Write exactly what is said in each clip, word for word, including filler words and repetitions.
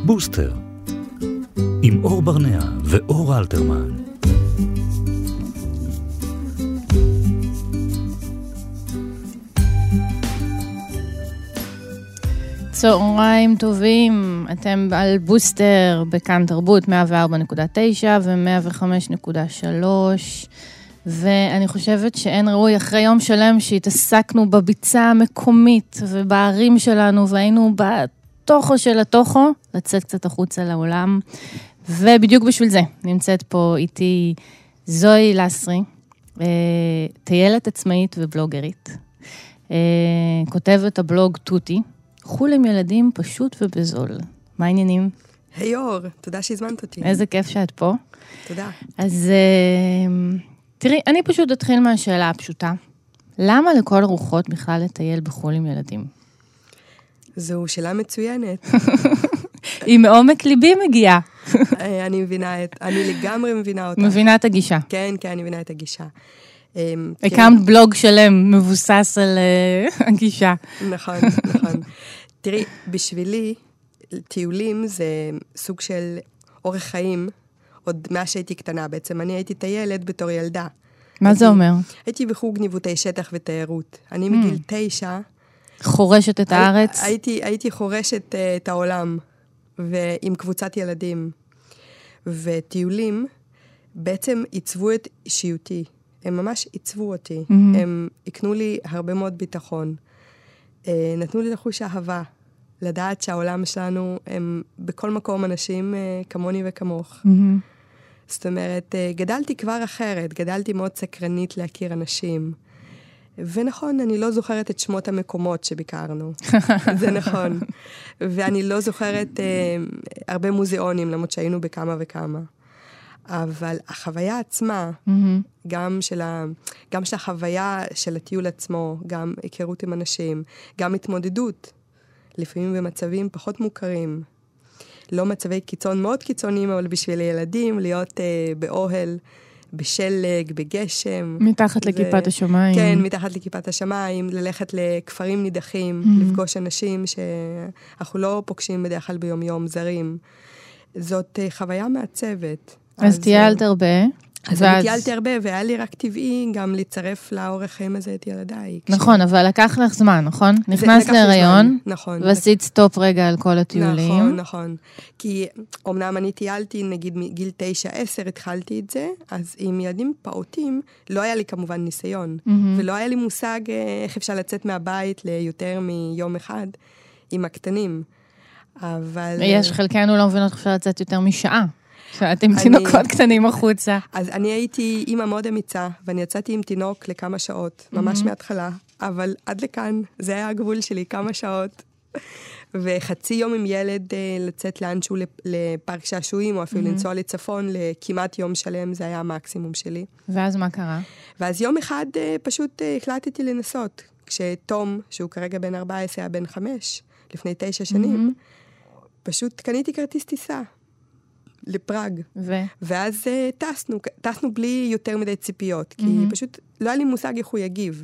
בוסטר, עם אור ברנע ואור אלתרמן. צהריים טובים, אתם על בוסטר בכאן תרבות מאה וארבע נקודה תשע ו-מאה וחמש נקודה שלוש, ואני חושבת שאין ראוי אחרי יום שלם שהתעסקנו בביצה המקומית ובערים שלנו, והיינו בתוכו של התוכו, לצאת קצת החוצה לעולם, ובדיוק בשביל זה נמצאת פה איתי זוהי לסרי, טיילת עצמאית ובלוגרית, כותבת הבלוג טוטי, חול עם ילדים פשוט ובזול. מה העניינים? היי אור, תודה שהזמנת אותי. איזה כיף שאת פה. תודה. אז תראי, אני פשוט אתחיל מהשאלה הפשוטה. למה לכל הרוחות בכלל לטייל בחול עם ילדים? זו שאלה מצוינת. היא מעומק ליבי מגיעה. אני מבינה את, אני לגמרי מבינה אותה. מבינה את הגישה. כן, כן, אני מבינה את הגישה. הקמת בלוג שלם מבוסס על הגישה. נכון, נכון. תראי, בשבילי, טיולים זה סוג של אורח חיים, עוד מה שהייתי קטנה בעצם. אני הייתי טיילת בתור ילדה. מה זה אומר? הייתי בחוג ניווטי שטח ותיירות. אני מגיל תשע. חורשת את הארץ? הייתי חורשת את העולם, ועם קבוצת ילדים. וטיולים בעצם עיצבו את אישיותי. הם ממש עיצבו אותי. Mm-hmm. הם הקנו לי הרבה מאוד ביטחון. אה, נתנו לי לחוש אהבה. לדעת שהעולם שלנו הם בכל מקום אנשים אה, כמוני וכמוך. Mm-hmm. זאת אומרת, אה, גדלתי כבר אחרת. גדלתי מאוד סקרנית להכיר אנשים. ונכון, אני לא זוכרת את שמות המקומות שביקרנו. זה נכון. ואני לא זוכרת אה, הרבה מוזיאונים, למרות שהיינו בכמה וכמה. אבל החוויה עצמה, mm-hmm. גם של ה, גם של החוויה של הטיול עצמו, גם היכרות עם אנשים, גם התמודדות, לפעמים במצבים פחות מוכרים. לא מצבי קיצון מאוד קיצוניים, אבל בשביל ילדים, להיות uh, באוהל, בשלג, בגשם. מתחת ו... לכיפת השמיים. כן, מתחת לכיפת השמיים, ללכת לכפרים נידחים, mm-hmm. לפגוש אנשים שאנחנו לא פוגשים בדרך כלל ביום יום זרים. זאת uh, חוויה מעצבת. אז טיילת הרבה. אז אני טיילתי הרבה, והיה לי רק טבעי גם לצרף לאורך חיים הזה את ילדיי. נכון, אבל לקח לך זמן, נכון? נכנס להיריון, ועשית סטופ רגע על כל הטיולים. נכון, נכון. כי אמנם אני טיילתי, נגיד מגיל תשע עשר התחלתי את זה, אז עם ילדים פעוטים, לא היה לי כמובן ניסיון, ולא היה לי מושג איך אפשר לצאת מהבית ליותר מיום אחד עם הקטנים. אבל... יש חלקנו לא מבינות אפשר לצאת יותר משעה. שאתם תינוקות קטנים החוצה. אז אני הייתי אימא מאוד אמיצה, ואני יצאתי עם תינוק לכמה שעות, ממש מההתחלה, אבל עד לכאן, זה היה הגבול שלי, כמה שעות. וחצי יום עם ילד לצאת לאנשהו לפארק שעשועים, או אפילו לנסוע לצפון, לכמעט יום שלם, זה היה המקסימום שלי. ואז מה קרה? ואז יום אחד פשוט החלטתי לנסות, כשתום, שהוא כרגע בן ארבע עשרה, היה בן חמש, לפני תשע שנים, פשוט קניתי כרטיס טיסה. לפראג. ו? ואז uh, טסנו, טסנו בלי יותר מדי ציפיות, כי mm-hmm. פשוט לא היה לי מושג איך הוא יגיב.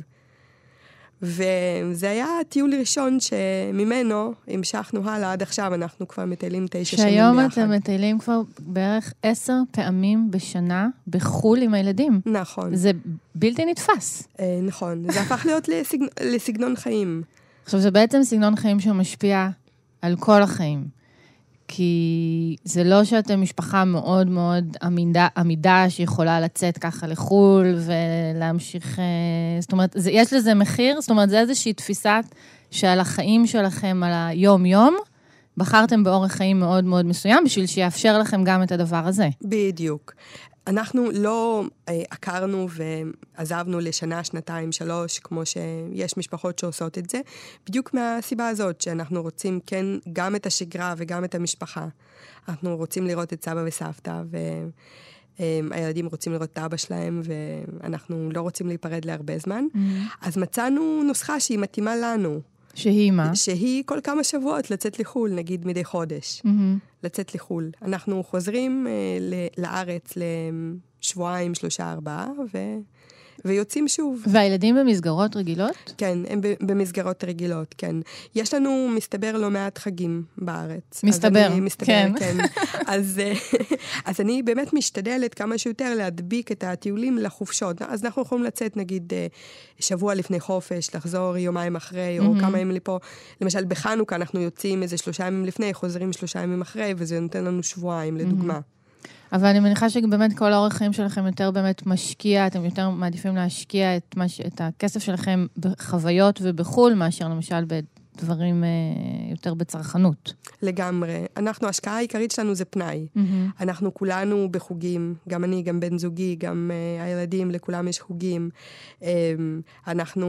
וזה היה טיול ראשון שממנו המשכנו הלאה, עד עכשיו אנחנו כבר מטיילים תשע שנים ביחד. שהיום אתם מטיילים כבר בערך עשר פעמים בשנה בחול עם הילדים. נכון. זה בלתי נתפס. אה, נכון, זה הפך להיות לסגנון, לסגנון חיים. עכשיו זה בעצם סגנון חיים שמשפיע על כל החיים. כי זה לא שאתם משפחה מאוד מאוד עמידה, עמידה שיכולה לצאת ככה לחול ולהמשיך, זאת אומרת, זה, יש לזה מחיר, זאת אומרת, זה איזושהי תפיסת שעל החיים שלכם, על היום-יום, בחרתם באורח חיים מאוד מאוד מסוים, בשביל שיאפשר לכם גם את הדבר הזה. בדיוק. אנחנו לא אה, הכרנו ועזבנו לשנה, שנתיים, שלוש, כמו שיש משפחות שעושות את זה, בדיוק מהסיבה הזאת, שאנחנו רוצים כן גם את השגרה וגם את המשפחה. אנחנו רוצים לראות את סבא וסבתא, והילדים רוצים לראות את אבא שלהם, ואנחנו לא רוצים להיפרד להרבה זמן. Mm-hmm. אז מצאנו נוסחה שהיא מתאימה לנו. שהיא מה? שהיא כל כמה שבועות לצאת לחול, נגיד מדי חודש. Mm-hmm. לצאת לחול. אנחנו חוזרים אה, לארץ לשבועיים, שלושה, ארבעה, ו... ויוצאים שוב. והילדים במסגרות רגילות? כן, הם במסגרות רגילות, כן. יש לנו, מסתבר, לא מעט חגים בארץ. מסתבר, אני, מסתבר כן. כן. אז, אז אני באמת משתדלת כמה שיותר להדביק את הטיולים לחופשות. אז אנחנו יכולים לצאת, נגיד, שבוע לפני חופש, לחזור יומיים אחרי, או כמה ימים לפה. למשל, בחנוכה אנחנו יוצאים איזה שלושה ימים לפני, חוזרים שלושה ימים אחרי, וזה נותן לנו שבועיים, לדוגמה. אבל אני מניחה שבאמת כל האורח חיים שלכם יותר באמת משקיע, אתם יותר מעדיפים להשקיע את, מש... את הכסף שלכם בחוויות ובחול, מאשר למשל בדברים אה, יותר בצרכנות. לגמרי. אנחנו, ההשקעה העיקרית שלנו זה פנאי. Mm-hmm. אנחנו כולנו בחוגים, גם אני, גם בן זוגי, גם אה, הילדים, לכולם יש חוגים. אה, אנחנו,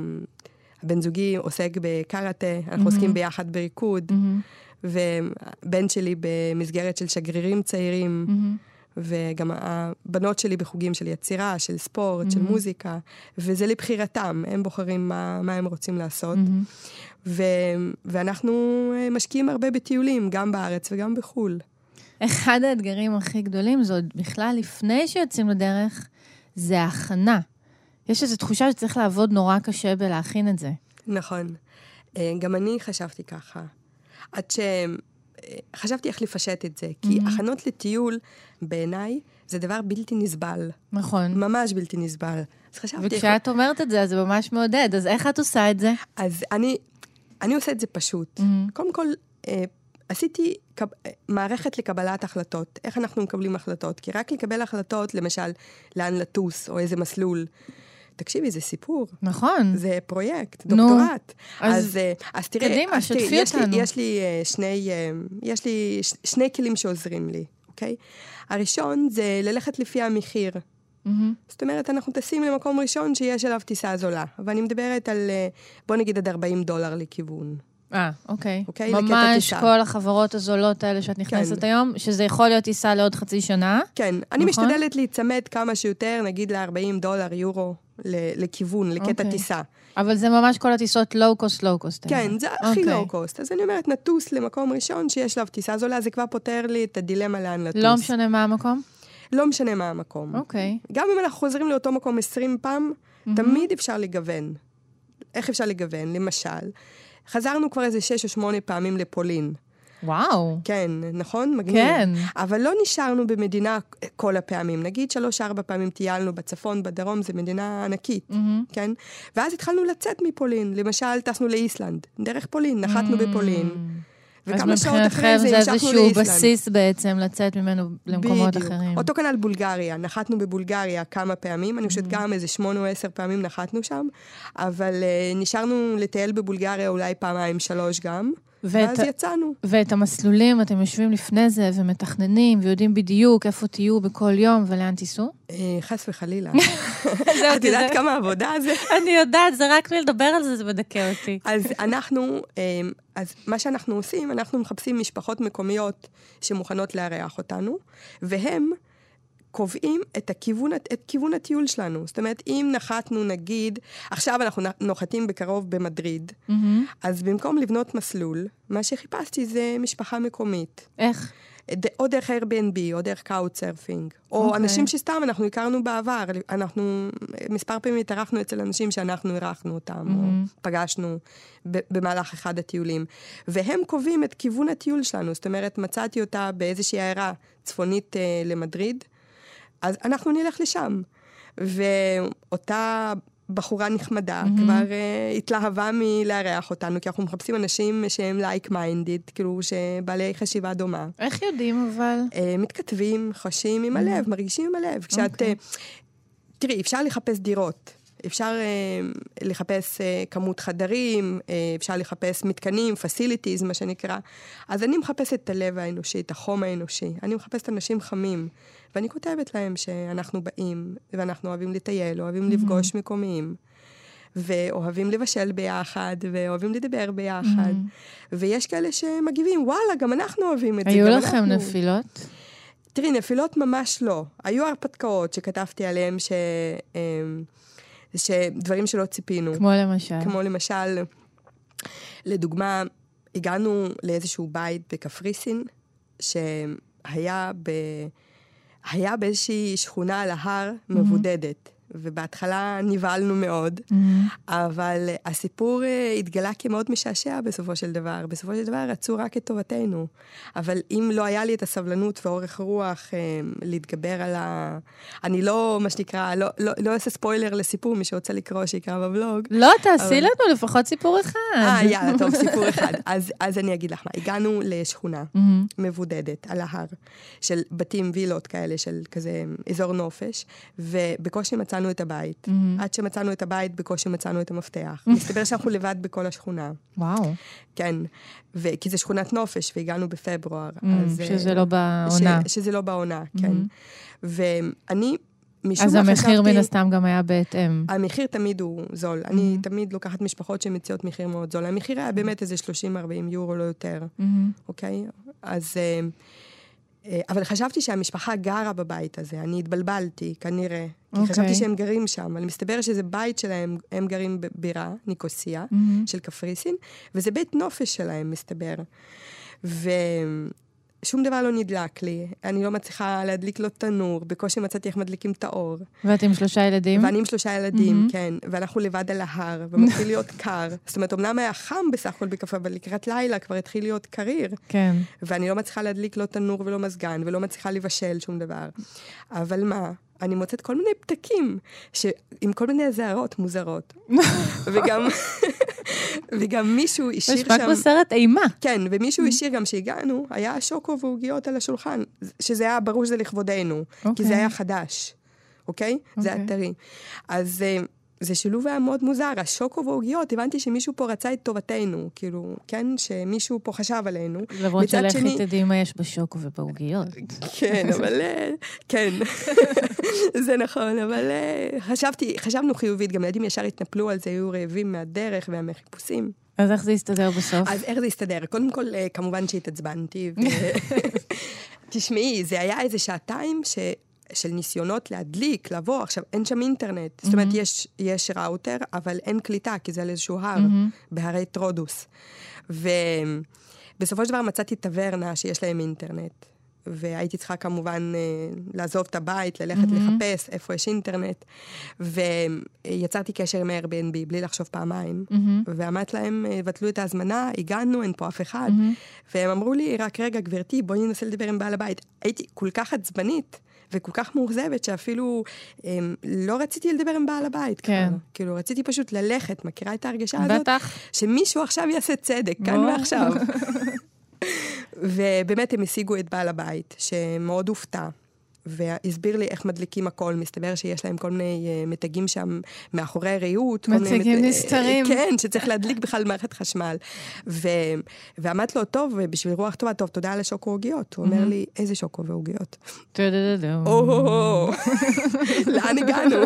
הבן זוגי עוסק בקראטה, אנחנו mm-hmm. עוסקים ביחד בריקוד. Mm-hmm. ובן שלי במסגרת של שגרירים צעירים, mm-hmm. וגם הבנות שלי בחוגים של יצירה, של ספורט, mm-hmm. של מוזיקה, וזה לבחירתם, הם בוחרים מה, מה הם רוצים לעשות. Mm-hmm. ו, ואנחנו משקיעים הרבה בטיולים, גם בארץ וגם בחול. אחד האתגרים הכי גדולים, זה עוד בכלל לפני שיוצאים לדרך, זה ההכנה. יש איזו תחושה שצריך לעבוד נורא קשה בלהכין את זה. נכון. גם אני חשבתי ככה. עד שחשבתי איך לפשט את זה, כי mm-hmm. הכנות לטיול, בעיניי, זה דבר בלתי נסבל. נכון. ממש בלתי נסבל. אז חשבתי... וכשאת איך... אומרת את זה, אז זה ממש מעודד. אז איך את עושה את זה? אז אני, אני עושה את זה פשוט. Mm-hmm. קודם כל, אה, עשיתי קב... מערכת לקבלת החלטות. איך אנחנו מקבלים החלטות? כי רק לקבל החלטות, למשל, לאן לטוס, או איזה מסלול, תקשיבי, זה סיפור. נכון. זה פרויקט, דוקטורט. אז, אז, אז תראה, קדימה, אז שתפי תראי, אותנו. יש לי, יש לי, שני, יש לי שני כלים שעוזרים לי, אוקיי? הראשון זה ללכת לפי המחיר. Mm-hmm. זאת אומרת, אנחנו טסים למקום ראשון שיש עליו טיסה זולה. ואני מדברת על, בוא נגיד, עד ארבעים דולר לכיוון. אה, אוקיי. אוקיי? ממש כל החברות הזולות האלה שאת נכנסת כן. היום, שזה יכול להיות טיסה לעוד חצי שנה. כן, אני נכון? משתדלת להצמד כמה שיותר, נגיד ל-ארבעים דולר, יורו, לכיוון, לקטע אוקיי. טיסה. אבל זה ממש כל הטיסות לואו-קוסט, לואו-קוסט. כן, זה הכי אוקיי. לואו-קוסט. אז אני אומרת, נטוס למקום ראשון שיש עליו טיסה זולה, זה כבר פותר לי את הדילמה לאן לטוס. לא משנה מה המקום? לא משנה מה המקום. אוקיי. גם אם אנחנו חוזרים לאותו מקום עשרים פעם, mm-hmm. תמיד אפשר לגוון. איך אפשר לגוון? למשל, חזרנו כבר איזה שש או שמונה פעמים לפולין. וואו. כן, נכון? מגניב. כן. אבל לא נשארנו במדינה כל הפעמים. נגיד שלוש, ארבע פעמים טיילנו בצפון, בדרום, זה מדינה ענקית, mm-hmm. כן? ואז התחלנו לצאת מפולין. למשל, טסנו לאיסלנד. דרך פולין, נחתנו mm-hmm. בפולין. וכמה שעות אחרי זה המשכנו לאיסלנד. זה איזשהו בסיס בעצם לצאת ממנו למקומות בדיוק. אחרים. אותו כנ"ל בולגריה. נחתנו בבולגריה כמה פעמים. אני חושבת גם איזה שמונה או עשר פעמים נחתנו שם. אבל uh, נשארנו לטייל בבולגריה אולי פעמיים, שלוש גם. ואז יצאנו. ואת המסלולים, אתם יושבים לפני זה ומתכננים, ויודעים בדיוק איפה תהיו בכל יום, ולאן תיסעו? חס וחלילה. את יודעת כמה עבודה זה? אני יודעת, זה רק לדבר על זה, זה מדכא אותי. אז אנחנו, אז מה שאנחנו עושים, אנחנו מחפשים משפחות מקומיות שמוכנות לארח אותנו, והם קובעים את הכיוון, את כיוון הטיול שלנו. זאת אומרת, אם נחתנו, נגיד, עכשיו אנחנו נוחתים בקרוב במדריד, mm-hmm. אז במקום לבנות מסלול, מה שחיפשתי זה משפחה מקומית. איך? או דרך Airbnb, או דרך קאוטסרפינג, או okay. אנשים שסתם אנחנו הכרנו בעבר, אנחנו מספר פעמים התארחנו אצל אנשים שאנחנו אירחנו אותם, mm-hmm. או פגשנו במהלך אחד הטיולים, והם קובעים את כיוון הטיול שלנו, זאת אומרת, מצאתי אותה באיזושהי עיירה צפונית אה, למדריד, אז אנחנו נלך לשם. ואותה בחורה נחמדה mm-hmm. כבר uh, התלהבה מלארח אותנו, כי אנחנו מחפשים אנשים שהם like-minded, כאילו שבעלי חשיבה דומה. איך יודעים אבל? Uh, מתכתבים, חשים עם הלב, mm-hmm. מרגישים עם הלב. כשאת, okay. uh, תראי, אפשר לחפש דירות. אפשר uh, לחפש uh, כמות חדרים, uh, אפשר לחפש מתקנים, facilities, מה שנקרא. אז אני מחפשת את הלב האנושי, את החום האנושי. אני מחפשת אנשים חמים. ואני כותבת להם שאנחנו באים, ואנחנו אוהבים לטייל, אוהבים mm-hmm. לפגוש מקומיים, ואוהבים לבשל ביחד, ואוהבים לדבר ביחד. Mm-hmm. ויש כאלה שמגיבים, וואלה, גם אנחנו אוהבים את זה. היו לכם אנחנו... נפילות? תראי, נפילות ממש לא. היו הרפתקאות שכתבתי עליהם, ש... שדברים שלא ציפינו. כמו למשל. כמו למשל, לדוגמה, הגענו לאיזשהו בית בקפריסין, שהיה ב... היה באיזושהי שכונה על ההר מבודדת, ובהתחלה נבהלנו מאוד, אבל הסיפור התגלה כמאוד משעשע בסופו של דבר. בסופו של דבר רצו רק את טובתנו. אבל אם לא היה לי את הסבלנות ואורך רוח להתגבר על ה... אני לא, מה שנקרא, לא, לא, לא אעשה ספוילר לסיפור, מי שרוצה לקרוא, שיקרא בבלוג. לא, תעשי לנו לפחות סיפור אחד. אה, יאללה, טוב, סיפור אחד. אז, אז אני אגיד לך מה, הגענו לשכונה מבודדת על ההר, של בתים וילות כאלה, של כזה אזור נופש, ובקושי מצאנו את הבית. עד שמצאנו את הבית, בקושי מצאנו את המפתח. מסתבר שאנחנו לבד בכל השכונה. וואו. כן, כי זה שכונת נופש, והגענו בפברואר. שזה לא בעונה. שזה לא בעונה, כן. ואני... אז המחיר מן הסתם גם היה בהתאם. המחיר תמיד הוא זול. אני תמיד לוקחת משפחות שמציעות מחיר מאוד זול. המחיר היה באמת איזה שלושים ארבעים יורו, לא יותר. אוקיי? אז... אבל חשבתי שהמשפחה גרה בבית הזה. אני התבלבלתי, כנראה. כי חשבתי שהם גרים שם. אבל מסתבר שזה בית שלהם, הם גרים בבירה, ניקוסיה, של קפריסין, וזה בית נופש שלהם, מסתבר. ו... שום דבר לא נדלק לי. אני לא מצליחה להדליק לו תנור. בקושי מצאתי איך מדליקים את האור. ואת עם שלושה ילדים? ואני עם שלושה ילדים, כן. ואנחנו לבד על ההר, ומתחיל להיות קר. זאת אומרת, אמנם היה חם בסך הכל בקפה, אבל לקראת לילה כבר התחיל להיות קריר. כן. ואני לא מצליחה להדליק לו תנור ולא מזגן, ולא מצליחה לבשל שום דבר. אבל מה? אני מוצאת כל מיני פתקים, עם כל מיני זערות מוזרות. וגם... וגם מישהו השאיר שם... משפט בסרט אימה. כן, ומישהו השאיר גם שהגענו, היה שוקו ועוגיות על השולחן, שזה היה ברור שזה לכבודנו, כי זה היה חדש, אוקיי? זה היה טרי. אז זה שילוב היה מאוד מוזר, השוקו ועוגיות, הבנתי שמישהו פה רצה את טובתנו, כאילו, כן, שמישהו פה חשב עלינו. למרות שלכי תדעי מה יש בשוקו ובעוגיות. כן, אבל... כן, זה נכון, אבל חשבתי, חשבנו חיובית, גם ילדים ישר התנפלו על זה, היו רעבים מהדרך והמחיפושים. אז איך זה יסתדר בסוף? אז איך זה יסתדר? קודם כל, כמובן שהתעצבנתי. תשמעי, זה היה איזה שעתיים ש... של ניסיונות להדליק, לבוא, עכשיו אין שם אינטרנט, זאת אומרת יש, יש ראוטר, אבל אין קליטה, כי זה על איזשהו הר, בהרי טרודוס. ובסופו של דבר מצאתי טברנה שיש להם אינטרנט, והייתי צריכה כמובן לעזוב את הבית, ללכת לחפש איפה יש אינטרנט, ויצרתי קשר עם Airbnb, בלי לחשוב פעמיים, ואמרת להם, בטלו את ההזמנה, הגענו, אין פה אף אחד, והם אמרו לי, רק רגע, גברתי, בואי ננסה לדבר עם בעל הבית. הייתי כל כך עצבנית, וכל כך מאוכזבת שאפילו הם, לא רציתי לדבר עם בעל הבית. כן. כבר. כאילו, רציתי פשוט ללכת, מכירה את ההרגשה הזאת? בטח. שמישהו עכשיו יעשה צדק, כאן ועכשיו. ובאמת הם השיגו את בעל הבית, שמאוד הופתע, והסביר לי איך מדליקים הכל. מסתבר שיש להם כל מיני uh, מתגים שם מאחורי ריהוט. מתגים מת... נסתרים. כן, שצריך להדליק בכלל מערכת חשמל. ו... ואמרת לו, טוב, בשביל רוח טובה, טוב, תודה על השוקו ועוגיות. הוא אומר לי, איזה שוקו ועוגיות? או, לאן הגענו?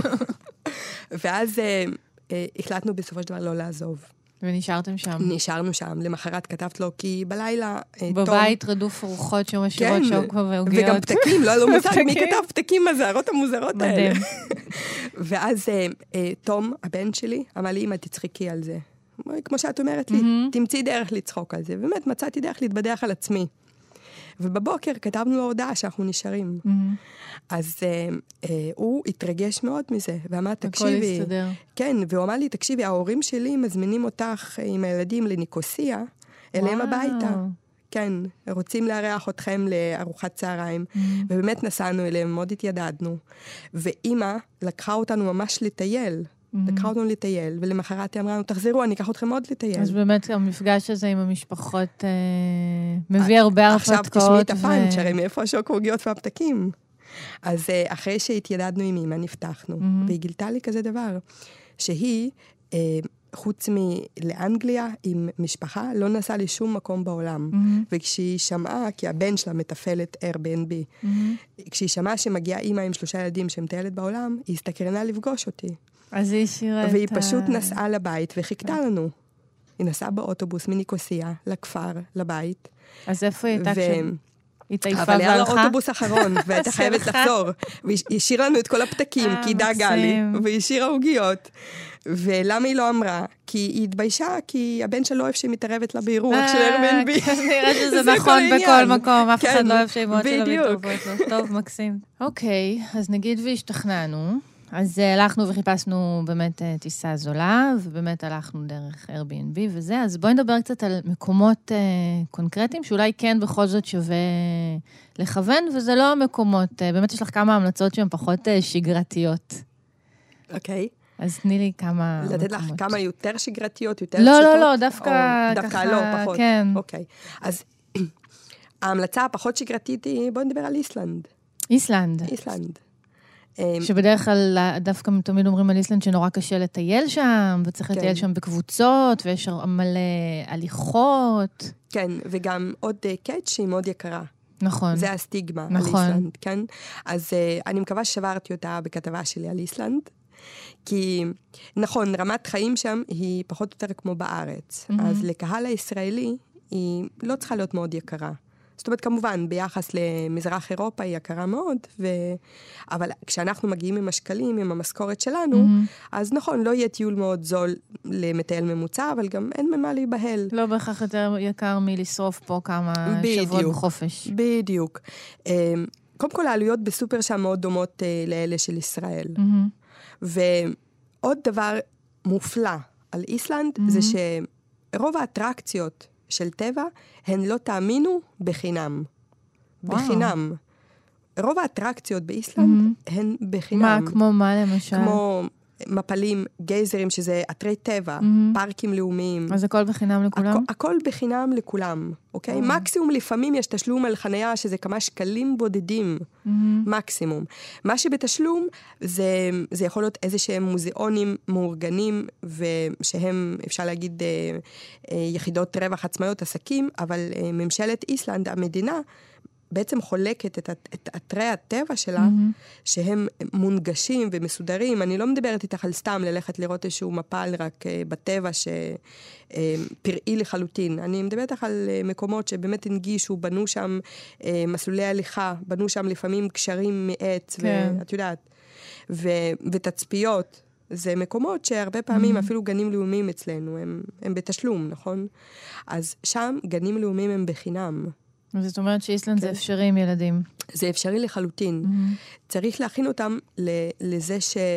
ואז החלטנו בסופו של דבר לא לעזוב. ונשארתם שם. נשארנו שם. למחרת כתבת לו, כי בלילה... בבית רדוף רוחות שמשאירות שוקו ועוגיות. וגם פתקים, לא, לא מוזר, מי כתב פתקים הזערות המוזרות האלה. ואז תום, הבן שלי, אמר לי, אמא, תצחקי על זה. כמו שאת אומרת לי, תמצאי דרך לצחוק על זה. באמת, מצאתי דרך להתבדח על עצמי. ובבוקר כתבנו לו הודעה שאנחנו נשארים. אז הוא התרגש מאוד מזה, ואמר, תקשיבי... הכל יסתדר. כן, והוא אמר לי, תקשיבי, ההורים שלי מזמינים אותך עם הילדים לניקוסיה, אליהם הביתה. כן, רוצים לארח אתכם לארוחת צהריים, ובאמת נסענו אליהם, מאוד התיידדנו. ואמא לקחה אותנו ממש לטייל, לקחה אותנו לטייל, ולמחרת היא אמרה לנו, תחזרו, אני אקח אתכם עוד לטייל. אז באמת המפגש הזה עם המשפחות מביא הרבה הרפתקאות. עכשיו תשמעי את הפאנץ', הרי מאיפה השוקו ועוגיות והפתקים. אז אחרי שהתיידדנו עם אמא, נפתחנו, והיא גילתה לי כזה דבר, שהיא, חוץ מלאנגליה, עם משפחה, לא נסעה לשום מקום בעולם. וכשהיא שמעה, כי הבן שלה מטפל את Airbnb, כשהיא שמעה שמגיעה אמא עם שלושה ילדים שמטיילת בעולם, היא הסתקרנה לפגוש אותי. אז היא השאירה את ה... והיא פשוט נסעה לבית וחיכתה לנו. היא נסעה באוטובוס מניקוסיה, לכפר, לבית. אז איפה היא הייתה כשהיא התעיפה והלכה? אבל היה לה אוטובוס אחרון, והייתה חייבת לחזור. והיא השאירה לנו את כל הפתקים, כי היא דאגה לי, והיא השאירה עוגיות. ולמה היא לא אמרה? כי היא התביישה, כי הבן שלה לא אוהב שהיא מתערבת לה באירוח של Airbnb. נראה שזה נכון בכל מקום, אף אחד לא אוהב שהיא מאוד שלה מתערבות לו. טוב, מקסים. אוקיי, אז נגיד והשתכנענו, אז הלכנו וחיפשנו באמת טיסה זולה, ובאמת הלכנו דרך Airbnb וזה, אז בואי נדבר קצת על מקומות קונקרטיים, שאולי כן בכל זאת שווה לכוון, וזה לא מקומות, באמת יש לך כמה המלצות שהן פחות שגרתיות. אוקיי. אז תני לי כמה מקומות. לתת לך כמה יותר שגרתיות, יותר לא, פשוטות? לא, לא, דווקא דווקא ככה, לא, פחות. כן. אוקיי. אז ההמלצה הפחות שגרתית היא, בואו נדבר על איסלנד. איסלנד. איסלנד. שבדרך כלל דווקא תמיד אומרים על איסלנד שנורא קשה לטייל שם, וצריך לטייל שם בקבוצות, ויש מלא הליכות. כן, וגם עוד קאץ' שהיא מאוד יקרה. נכון. זה הסטיגמה על נכון. איסלנד, כן? אז אני מקווה ששברתי אותה בכתבה שלי על איסלנד, כי נכון, רמת חיים שם היא פחות או יותר כמו בארץ. אז לקהל הישראלי היא לא צריכה להיות מאוד יקרה. זאת אומרת, כמובן, ביחס למזרח אירופה היא יקרה מאוד, ו... אבל כשאנחנו מגיעים עם השקלים, עם המשכורת שלנו, mm-hmm. אז נכון, לא יהיה טיול מאוד זול למטייל ממוצע, אבל גם אין ממה להיבהל. לא בהכרח יותר יקר מלשרוף פה כמה בדיוק, שבועות בחופש. בדיוק. קודם כל, העלויות בסופר שם מאוד דומות לאלה של ישראל. Mm-hmm. ועוד דבר מופלא על איסלנד, mm-hmm. זה שרוב האטרקציות של טבע, הן לא תאמינו בחינם. וואו. בחינם. רוב האטרקציות באיסלנד mm-hmm. הן בחינם. מה, כמו מה למשל? כמו מפלים, גייזרים, שזה אתרי טבע, mm-hmm. פארקים לאומיים. אז הכל בחינם לכולם? הכ- הכל בחינם לכולם, אוקיי? Mm-hmm. מקסימום לפעמים יש תשלום על חנייה, שזה כמה שקלים בודדים. Mm-hmm. מקסימום. מה שבתשלום, זה, זה יכול להיות איזה שהם מוזיאונים מאורגנים, ושהם, אפשר להגיד, אה, אה, יחידות רווח עצמאיות, עסקים, אבל אה, ממשלת איסלנד, המדינה, בעצם חולקת את, את אתרי הטבע שלה, mm-hmm. שהם מונגשים ומסודרים. אני לא מדברת איתך על סתם ללכת לראות איזשהו מפל רק uh, בטבע שפראי uh, לחלוטין. אני מדברת איתך על uh, מקומות שבאמת הנגישו, בנו שם uh, מסלולי הליכה, בנו שם לפעמים קשרים מעץ, כן. ואת יודעת, ו, ותצפיות. זה מקומות שהרבה פעמים mm-hmm. אפילו גנים לאומיים אצלנו, הם, הם בתשלום, נכון? אז שם גנים לאומיים הם בחינם. זאת אומרת שאיסלנד זה אפשרי עם ילדים. זה אפשרי לחלוטין. צריך להכין אותם לזה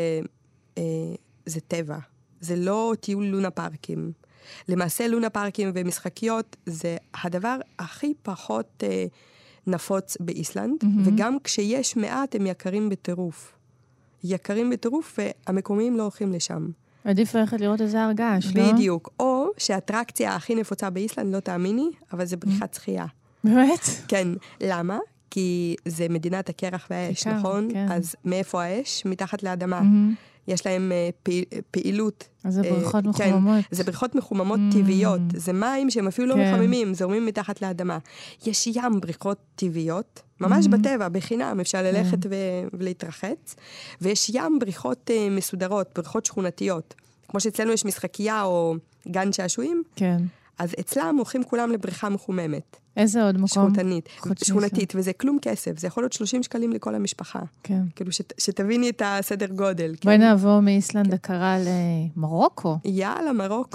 שזה טבע. זה לא טיול לונה פארקים. למעשה לונה פארקים ומשחקיות זה הדבר הכי פחות נפוץ באיסלנד, וגם כשיש מעט הם יקרים בטירוף. יקרים בטירוף והמקומיים לא הולכים לשם. עדיף ללכת לראות איזה הרגש, לא? בדיוק. או שהאטרקציה הכי נפוצה באיסלנד, לא תאמיני, אבל זה בריכת שחייה. באמת? כן. למה? כי זה מדינת הקרח והאש, קר, נכון? כן. אז מאיפה האש? מתחת לאדמה. Mm-hmm. יש להם uh, פעיל, פעילות. אז זה בריכות uh, מחוממות. כן, זה בריכות מחוממות mm-hmm. טבעיות. זה מים שהם אפילו כן. לא מחממים, זורמים מתחת לאדמה. יש ים בריכות טבעיות, ממש mm-hmm. בטבע, בחינם, אפשר ללכת כן. ו- ולהתרחץ. ויש ים בריכות uh, מסודרות, בריכות שכונתיות. כמו שאצלנו יש משחקייה או גן שעשועים. כן. אז אצלם הולכים כולם לבריכה מחוממת. איזה עוד מקום? שכונתית. שכונתית, וזה כלום כסף. זה יכול להיות שלושים שקלים לכל המשפחה. כן. כאילו שת, שתביני את הסדר גודל. בואי כן? נעבור מאיסלנד הקרה למרוקו. יאללה, מרוקו.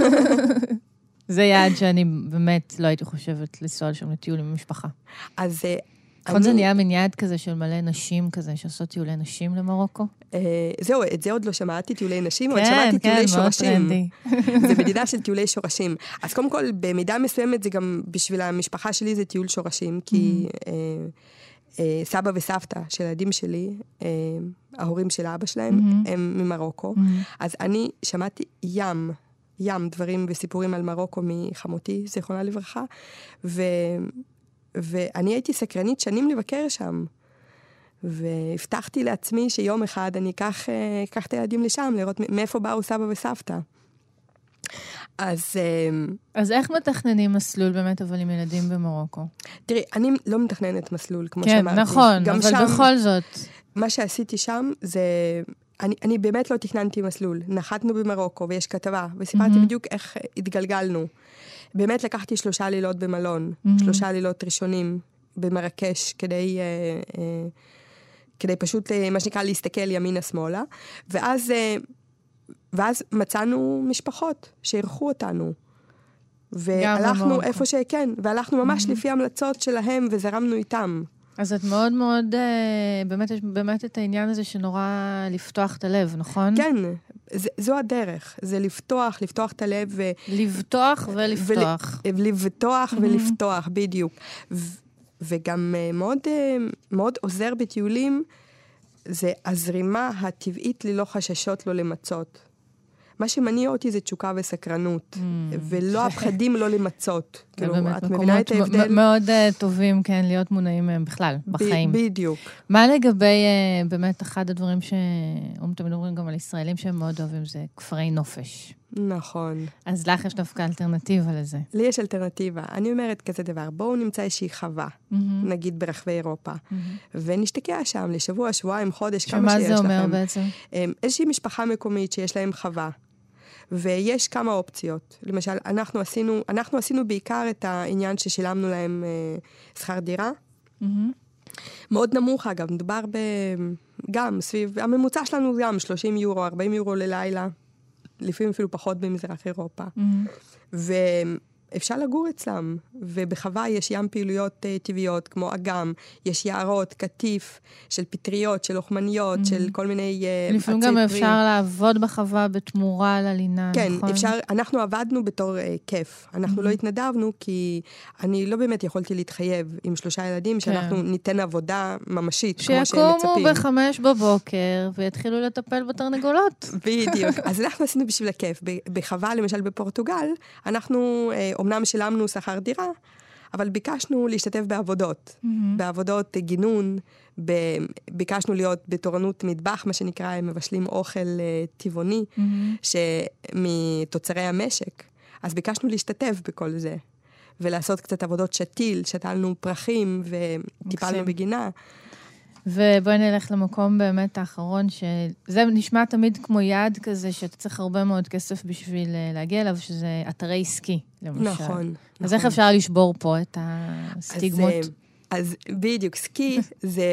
זה יעד שאני באמת לא הייתי חושבת לנסוע שם לטיול עם המשפחה. אז נכון, זה נהיה מין יעד כזה של מלא נשים כזה, שעושות טיולי נשים למרוקו? זהו, את זה עוד לא שמעתי, טיולי נשים, עוד שמעתי טיולי שורשים. זה מדינה של טיולי שורשים. אז קודם כל, במידה מסוימת זה גם בשביל המשפחה שלי זה טיול שורשים, כי סבא וסבתא של הילדים שלי, ההורים של אבא שלהם, הם ממרוקו. אז אני שמעתי ים, ים דברים וסיפורים על מרוקו מחמותי, זיכרונה לברכה, ו... ואני הייתי סקרנית שנים לבקר שם. והבטחתי לעצמי שיום אחד אני אקח, אקח את הילדים לשם, לראות מאיפה באו סבא וסבתא. אז... אז איך מתכננים מסלול באמת, אבל עם ילדים במרוקו? תראי, אני לא מתכננת מסלול, כמו כן, שאמרתי. כן, נכון, אבל שם, בכל זאת. מה שעשיתי שם זה... אני, אני באמת לא תכננתי מסלול. נחתנו במרוקו ויש כתבה, וסיפרתי mm-hmm. בדיוק איך התגלגלנו. באמת לקחתי שלושה לילות במלון, mm-hmm. שלושה לילות ראשונים במרקש, כדי, אה, אה, כדי פשוט, אה, מה שנקרא, להסתכל ימינה-שמאלה. ואז, אה, ואז מצאנו משפחות שערכו אותנו. והלכנו איפה שכן, והלכנו ממש mm-hmm. לפי המלצות שלהם, וזרמנו איתם. אז את מאוד מאוד, באמת, יש באמת את העניין הזה שנורא לפתוח את הלב, נכון? כן, זה, זו הדרך. זה לפתוח, לפתוח את הלב ו... לבטוח ולפתוח. ול, לבטוח ולפתוח, בדיוק. ו, וגם מאוד, מאוד עוזר בטיולים, זה הזרימה הטבעית ללא חששות, לא למצות. מה שמניע אותי זה תשוקה וסקרנות, ולא הפחדים לא למצות. זה באמת מקומות מאוד טובים, כן, להיות מונעים מהם בכלל, בחיים. בדיוק. מה לגבי, באמת, אחד הדברים שאתם מדברים גם על ישראלים שהם מאוד אוהבים, זה כפרי נופש. נכון. אז לך יש דווקא אלטרנטיבה לזה. לי יש אלטרנטיבה. אני אומרת כזה דבר, בואו נמצא איזושהי חווה, נגיד ברחבי אירופה, ונשתקע שם לשבוע, שבועיים, חודש, כמה שיש לכם. שמה זה אומר בעצם? איזושהי משפחה מקומית שיש להם חווה. ויש כמה אופציות. למשל, אנחנו עשינו, אנחנו עשינו בעיקר את העניין ששילמנו להם אה, שכר דירה. Mm-hmm. מאוד נמוך, אגב, מדובר ב... גם סביב... הממוצע שלנו גם שלושים יורו, ארבעים יורו ללילה, לפעמים אפילו פחות במזרח אירופה. Mm-hmm. ואפשר לגור אצלם, ובחווה יש ים פעילויות uh, טבעיות, כמו אגם, יש יערות, כתיף, של פטריות, של אוכמניות, mm-hmm. של כל מיני uh, לפעמים גם פרי. אפשר לעבוד בחווה בתמורה ללינה, כן, נכון? אפשר, אנחנו עבדנו בתור uh, כיף. אנחנו mm-hmm. לא התנדבנו, כי אני לא באמת יכולתי להתחייב עם שלושה ילדים, שאנחנו כן. ניתן עבודה ממשית, כמו שהם מצפים. שיקומו בחמש בבוקר, ויתחילו לטפל בתרנגולות. בדיוק. אז אנחנו עשינו בשביל הכיף. בחווה, למשל בפורטוגל, אנחנו... Uh, אמנם שילמנו שכר דירה, אבל ביקשנו להשתתף בעבודות. Mm-hmm. בעבודות גינון, ב... ביקשנו להיות בתורנות מטבח, מה שנקרא, הם מבשלים אוכל uh, טבעוני, mm-hmm. שמתוצרי המשק. אז ביקשנו להשתתף בכל זה, ולעשות קצת עבודות שתיל, שתלנו פרחים וטיפלנו okay. בגינה. ובואי נלך למקום באמת האחרון, שזה נשמע תמיד כמו יעד כזה, שאתה צריך הרבה מאוד כסף בשביל להגיע אליו, שזה אתרי סקי, למשל. נכון. אז איך אפשר לשבור פה את הסטיגמות? אז, אז בדיוק, סקי זה,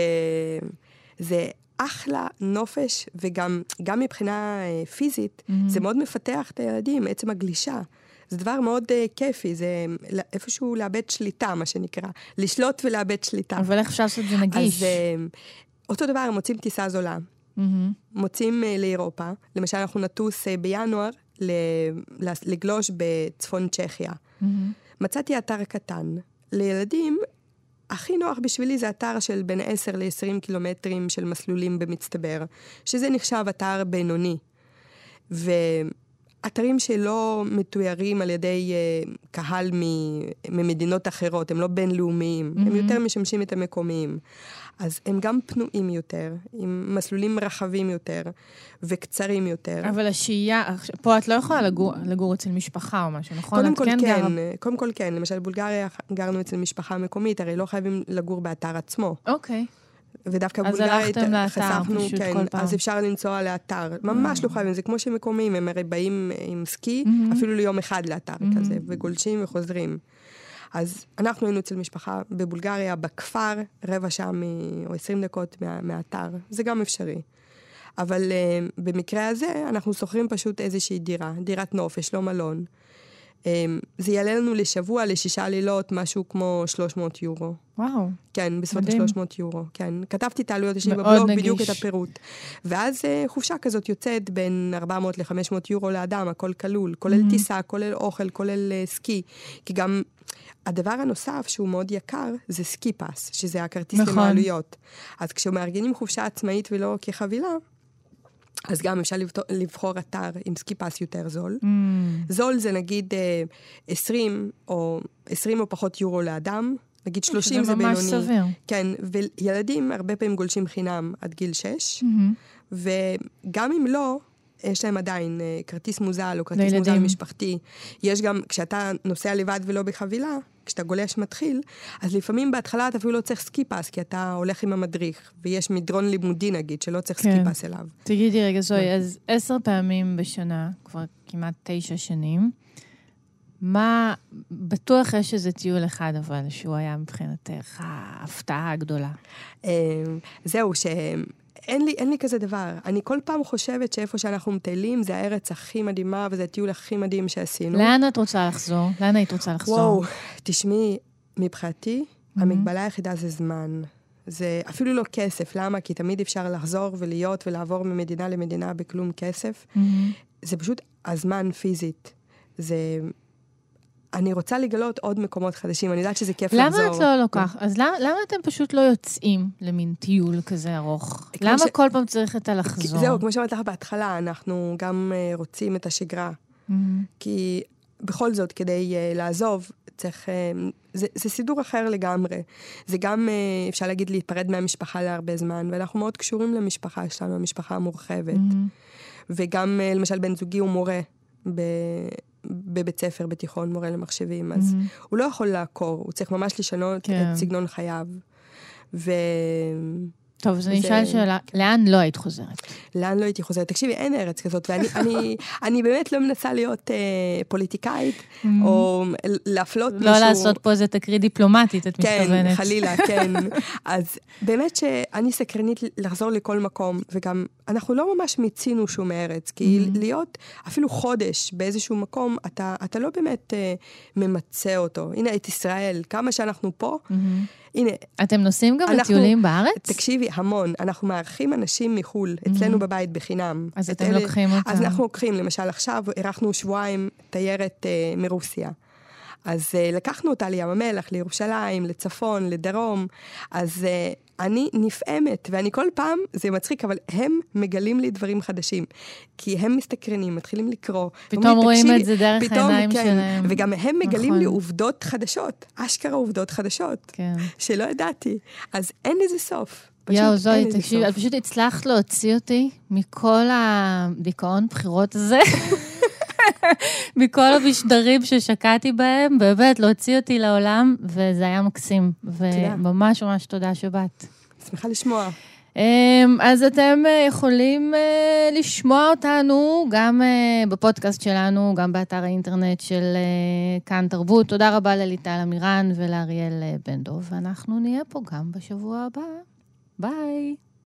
זה אחלה נופש, וגם גם מבחינה פיזית, mm-hmm. זה מאוד מפתח את הילדים, עצם הגלישה. זה דבר מאוד uh, כיפי, זה איפשהו לאבד שליטה, מה שנקרא. לשלוט ולאבד שליטה. אבל איך אפשר לעשות את זה נגיש? אז uh, אותו דבר, מוצאים טיסה זולה. Mm-hmm. מוצאים uh, לאירופה. למשל, אנחנו נטוס uh, בינואר ל- לגלוש בצפון צ'כיה. Mm-hmm. מצאתי אתר קטן. לילדים, הכי נוח בשבילי זה אתר של בין עשר לעשרים קילומטרים של מסלולים במצטבר, שזה נחשב אתר בינוני. ו... אתרים שלא מתוארים על ידי uh, קהל ממדינות אחרות, הם לא בינלאומיים, mm-hmm. הם יותר משמשים את המקומיים. אז הם גם פנויים יותר, עם מסלולים רחבים יותר, וקצרים יותר. אבל השהייה, פה את לא יכולה לגור, לגור אצל משפחה או משהו, נכון? קודם כל כן, כן, גר... קודם כל כן. למשל, בולגריה גרנו אצל משפחה מקומית, הרי לא חייבים לגור באתר עצמו. אוקיי. ודווקא אז בולגרית חסכנו, כן, כל פעם. אז אפשר לנסוע לאתר. ממש לא חייבים, זה כמו שמקומיים, הם הרי באים עם סקי, mm-hmm. אפילו ליום אחד לאתר mm-hmm. כזה, וגולשים וחוזרים. אז אנחנו היינו אצל משפחה בבולגריה, בכפר, רבע שעה או עשרים דקות מה, מהאתר. זה גם אפשרי. אבל uh, במקרה הזה, אנחנו שוכרים פשוט איזושהי דירה, דירת נופש, לא מלון. Um, זה יעלה לנו לשבוע, לשישה לילות, משהו כמו שלוש מאות יורו. וואו. כן, בסביבות שלוש מאות יורו. כן, כתבתי את העלויות שלי בבלוג, נגיש. בדיוק את הפירוט. ואז uh, חופשה כזאת יוצאת בין ארבע מאות לחמש מאות יורו לאדם, הכל כלול, כולל mm-hmm. טיסה, כולל אוכל, כולל uh, סקי. כי גם הדבר הנוסף שהוא מאוד יקר, זה סקי פס, שזה הכרטיס נכון. למעלויות. אז כשמארגנים חופשה עצמאית ולא כחבילה, אז גם אפשר לבחור אתר עם סקי פס יותר זול. Mm. זול זה נגיד עשרים או עשרים או פחות יורו לאדם, נגיד שלושים זה בינוני. זה ממש סביר. כן, וילדים הרבה פעמים גולשים חינם עד גיל שש, mm-hmm. וגם אם לא, יש להם עדיין כרטיס מוזל או כרטיס מוזל משפחתי. יש גם, כשאתה נוסע לבד ולא בחבילה, כשאתה גולש מתחיל, אז לפעמים בהתחלה אתה אפילו לא צריך סקי פס, כי אתה הולך עם המדריך, ויש מדרון לימודי נגיד, שלא צריך כן. סקי פס אליו. תגידי רגע, זוי, אז עשר פעמים בשנה, כבר כמעט תשע שנים, מה, בטוח יש איזה טיול אחד, אבל שהוא היה מבחינתך ההפתעה הגדולה. זהו, ש... אין לי, אין לי כזה דבר. אני כל פעם חושבת שאיפה שאנחנו מטיילים, זה הארץ הכי מדהימה, וזה הטיול הכי מדהים שעשינו. לאן את רוצה לחזור? לאן היית רוצה לחזור? וואו, תשמעי, מבחינתי, mm-hmm. המגבלה היחידה זה זמן. זה אפילו לא כסף, למה? כי תמיד אפשר לחזור ולהיות ולעבור ממדינה למדינה בכלום כסף. Mm-hmm. זה פשוט הזמן פיזית. זה... אני רוצה לגלות עוד מקומות חדשים, אני יודעת שזה כיף למה לחזור. למה את לא לוקח? אז למה, למה אתם פשוט לא יוצאים למין טיול כזה ארוך? למה ש... כל פעם צריך את הלחזור? זהו, כמו שאמרת לך בהתחלה, אנחנו גם uh, רוצים את השגרה. Mm-hmm. כי בכל זאת, כדי uh, לעזוב, צריך... Uh, זה, זה סידור אחר לגמרי. זה גם, uh, אפשר להגיד, להתפרד מהמשפחה להרבה זמן, ואנחנו מאוד קשורים למשפחה שלנו, המשפחה המורחבת. Mm-hmm. וגם, uh, למשל, בן זוגי הוא מורה ב... בבית ספר, בתיכון, מורה למחשבים, אז mm-hmm. הוא לא יכול לעקור, הוא צריך ממש לשנות כן. את סגנון חייו. ו... טוב, אז אני אשאל שאלה, לאן לא היית חוזרת? לאן לא הייתי חוזרת? תקשיבי, אין ארץ כזאת, ואני אני, אני באמת לא מנסה להיות אה, פוליטיקאית, mm-hmm. או להפלות לא מישהו... לא לעשות פה איזה תקרית דיפלומטית, את כן, מתכוונת. כן, חלילה, כן. אז באמת שאני סקרנית לחזור לכל מקום, וגם אנחנו לא ממש מיצינו שום ארץ, כי mm-hmm. להיות אפילו חודש באיזשהו מקום, אתה, אתה לא באמת אה, ממצא אותו. הנה, את ישראל, כמה שאנחנו פה, mm-hmm. הנה, אתם נוסעים גם אנחנו, לטיולים בארץ? תקשיבי, המון. אנחנו מארחים אנשים מחול, אצלנו mm-hmm. בבית בחינם. אז אתם אלה, לוקחים אותם. אז אנחנו לוקחים, למשל עכשיו, ערכנו שבועיים תיירת uh, מרוסיה. אז uh, לקחנו אותה לים המלח, לירושלים, לצפון, לדרום. אז uh, אני נפעמת, ואני כל פעם, זה מצחיק, אבל הם מגלים לי דברים חדשים. כי הם מסתקרנים, מתחילים לקרוא. פתאום רואים את זה דרך פתאום, העיניים כן, שלהם. וגם הם מגלים נכון. לי עובדות חדשות, אשכרה עובדות חדשות, כן. שלא ידעתי. אז אין לזה סוף. יאו, זוהי, תקשיב, את פשוט הצלחת להוציא אותי מכל הדיכאון בחירות הזה. מכל המשדרים ששקעתי בהם, באמת, להוציא אותי לעולם, וזה היה מקסים. וממש ממש תודה שבאת. שמחה לשמוע. אז אתם יכולים לשמוע אותנו גם בפודקאסט שלנו, גם באתר האינטרנט של כאן תרבות. תודה רבה לליטל אמירן ולאריאל בן דב, ואנחנו נהיה פה גם בשבוע הבא. ביי.